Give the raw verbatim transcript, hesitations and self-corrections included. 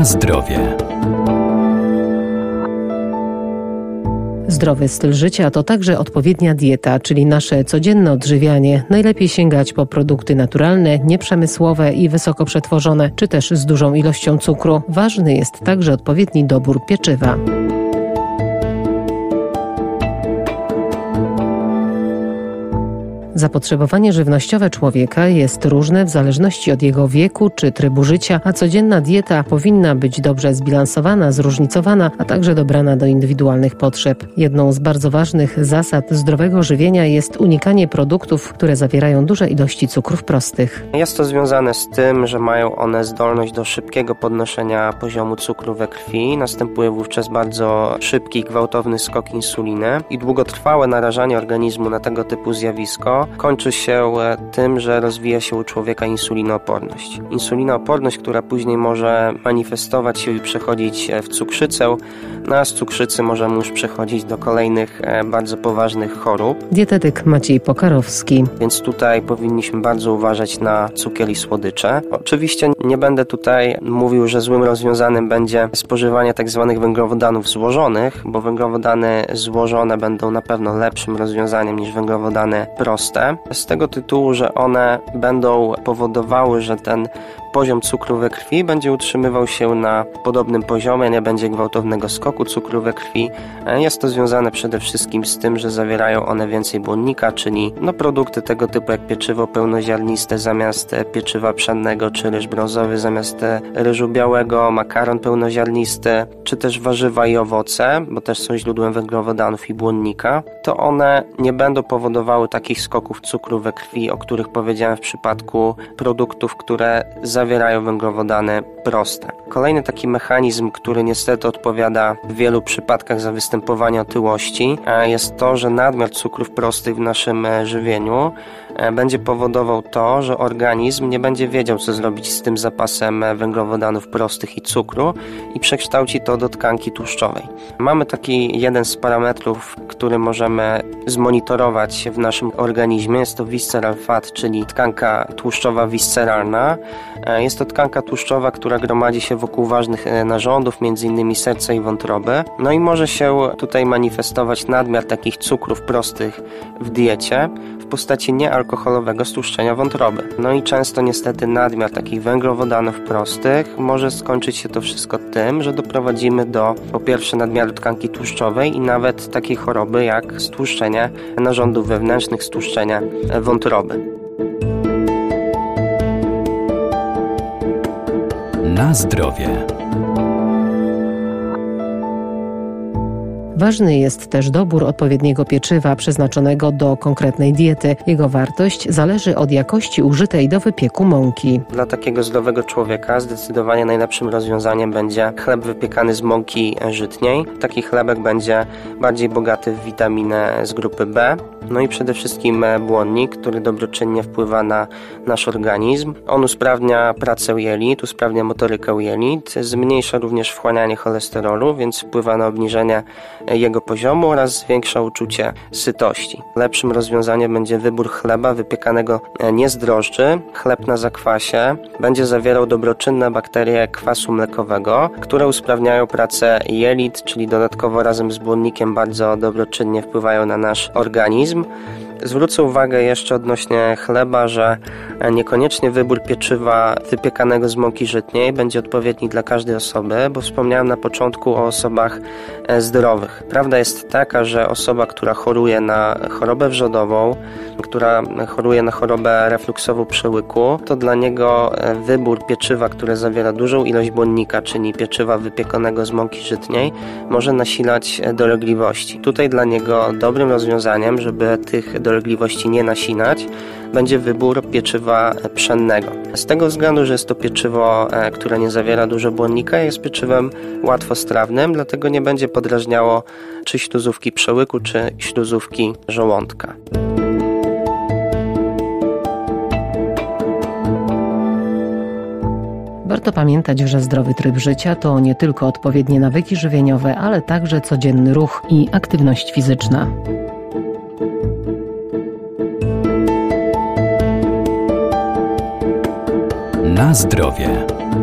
Na zdrowie. Zdrowy styl życia to także odpowiednia dieta, czyli nasze codzienne odżywianie. Najlepiej sięgać po produkty naturalne, nieprzemysłowe i wysoko przetworzone, czy też z dużą ilością cukru. Ważny jest także odpowiedni dobór pieczywa. Zapotrzebowanie żywnościowe człowieka jest różne w zależności od jego wieku czy trybu życia, a codzienna dieta powinna być dobrze zbilansowana, zróżnicowana, a także dobrana do indywidualnych potrzeb. Jedną z bardzo ważnych zasad zdrowego żywienia jest unikanie produktów, które zawierają duże ilości cukrów prostych. Jest to związane z tym, że mają one zdolność do szybkiego podnoszenia poziomu cukru we krwi. Następuje wówczas bardzo szybki i gwałtowny skok insuliny i długotrwałe narażanie organizmu na tego typu zjawisko kończy się tym, że rozwija się u człowieka insulinooporność. Insulinooporność, która później może manifestować się i przechodzić w cukrzycę, no a z cukrzycy możemy już przechodzić do kolejnych bardzo poważnych chorób. Dietetyk Maciej Pokarowski. Więc tutaj powinniśmy bardzo uważać na cukier i słodycze. Oczywiście nie będę tutaj mówił, że złym rozwiązaniem będzie spożywanie tak zwanych węglowodanów złożonych, bo węglowodany złożone będą na pewno lepszym rozwiązaniem niż węglowodany proste. Z tego tytułu, że one będą powodowały, że ten poziom cukru we krwi będzie utrzymywał się na podobnym poziomie, nie będzie gwałtownego skoku cukru we krwi. Jest to związane przede wszystkim z tym, że zawierają one więcej błonnika, czyli no, produkty tego typu jak pieczywo pełnoziarniste zamiast pieczywa pszennego, czy ryż brązowy zamiast ryżu białego, makaron pełnoziarnisty, czy też warzywa i owoce, bo też są źródłem węglowodanów i błonnika, to one nie będą powodowały takich skoków cukru we krwi, o których powiedziałem w przypadku produktów, które zawierają węglowodany proste. Kolejny taki mechanizm, który niestety odpowiada w wielu przypadkach za występowanie otyłości, jest to, że nadmiar cukrów prostych w naszym żywieniu będzie powodował to, że organizm nie będzie wiedział, co zrobić z tym zapasem węglowodanów prostych i cukru i przekształci to do tkanki tłuszczowej. Mamy taki jeden z parametrów, który możemy zmonitorować w naszym organizmie. Jest to visceral fat, czyli tkanka tłuszczowa visceralna. Jest to tkanka tłuszczowa, która gromadzi się wokół ważnych narządów, między innymi serca i wątroby. No i może się tutaj manifestować nadmiar takich cukrów prostych w diecie w postaci niealkoholowego stłuszczenia wątroby. No i często niestety nadmiar takich węglowodanów prostych może skończyć się to wszystko tym, że doprowadzimy do po pierwsze nadmiaru tkanki tłuszczowej i nawet takiej choroby jak stłuszczenie narządów wewnętrznych, stłuszczenie wątroby. Na zdrowie. Ważny jest też dobór odpowiedniego pieczywa przeznaczonego do konkretnej diety. Jego wartość zależy od jakości użytej do wypieku mąki. Dla takiego zdrowego człowieka zdecydowanie najlepszym rozwiązaniem będzie chleb wypiekany z mąki żytniej. Taki chlebek będzie bardziej bogaty w witaminę z grupy B, no i przede wszystkim błonnik, który dobroczynnie wpływa na nasz organizm. On usprawnia pracę jelit, usprawnia motorykę jelit, zmniejsza również wchłanianie cholesterolu, więc wpływa na obniżenie jego poziomu oraz zwiększa uczucie sytości. Lepszym rozwiązaniem będzie wybór chleba wypiekanego nie z drożdży. Chleb na zakwasie będzie zawierał dobroczynne bakterie kwasu mlekowego, które usprawniają pracę jelit, czyli dodatkowo razem z błonnikiem bardzo dobroczynnie wpływają na nasz organizm. Zwrócę uwagę jeszcze odnośnie chleba, że niekoniecznie wybór pieczywa wypiekanego z mąki żytniej będzie odpowiedni dla każdej osoby, bo wspomniałem na początku o osobach zdrowych. Prawda jest taka, że osoba, która choruje na chorobę wrzodową, która choruje na chorobę refluksową przełyku, to dla niego wybór pieczywa, które zawiera dużą ilość błonnika, czyli pieczywa wypiekanego z mąki żytniej, może nasilać dolegliwości. Tutaj dla niego dobrym rozwiązaniem, żeby tych dolegliwości nie nasilać, będzie wybór pieczywa pszennego. Z tego względu, że jest to pieczywo, które nie zawiera dużo błonnika, jest pieczywem łatwostrawnym, dlatego nie będzie podrażniało czy śluzówki przełyku, czy śluzówki żołądka. Warto pamiętać, że zdrowy tryb życia to nie tylko odpowiednie nawyki żywieniowe, ale także codzienny ruch i aktywność fizyczna. Na zdrowie.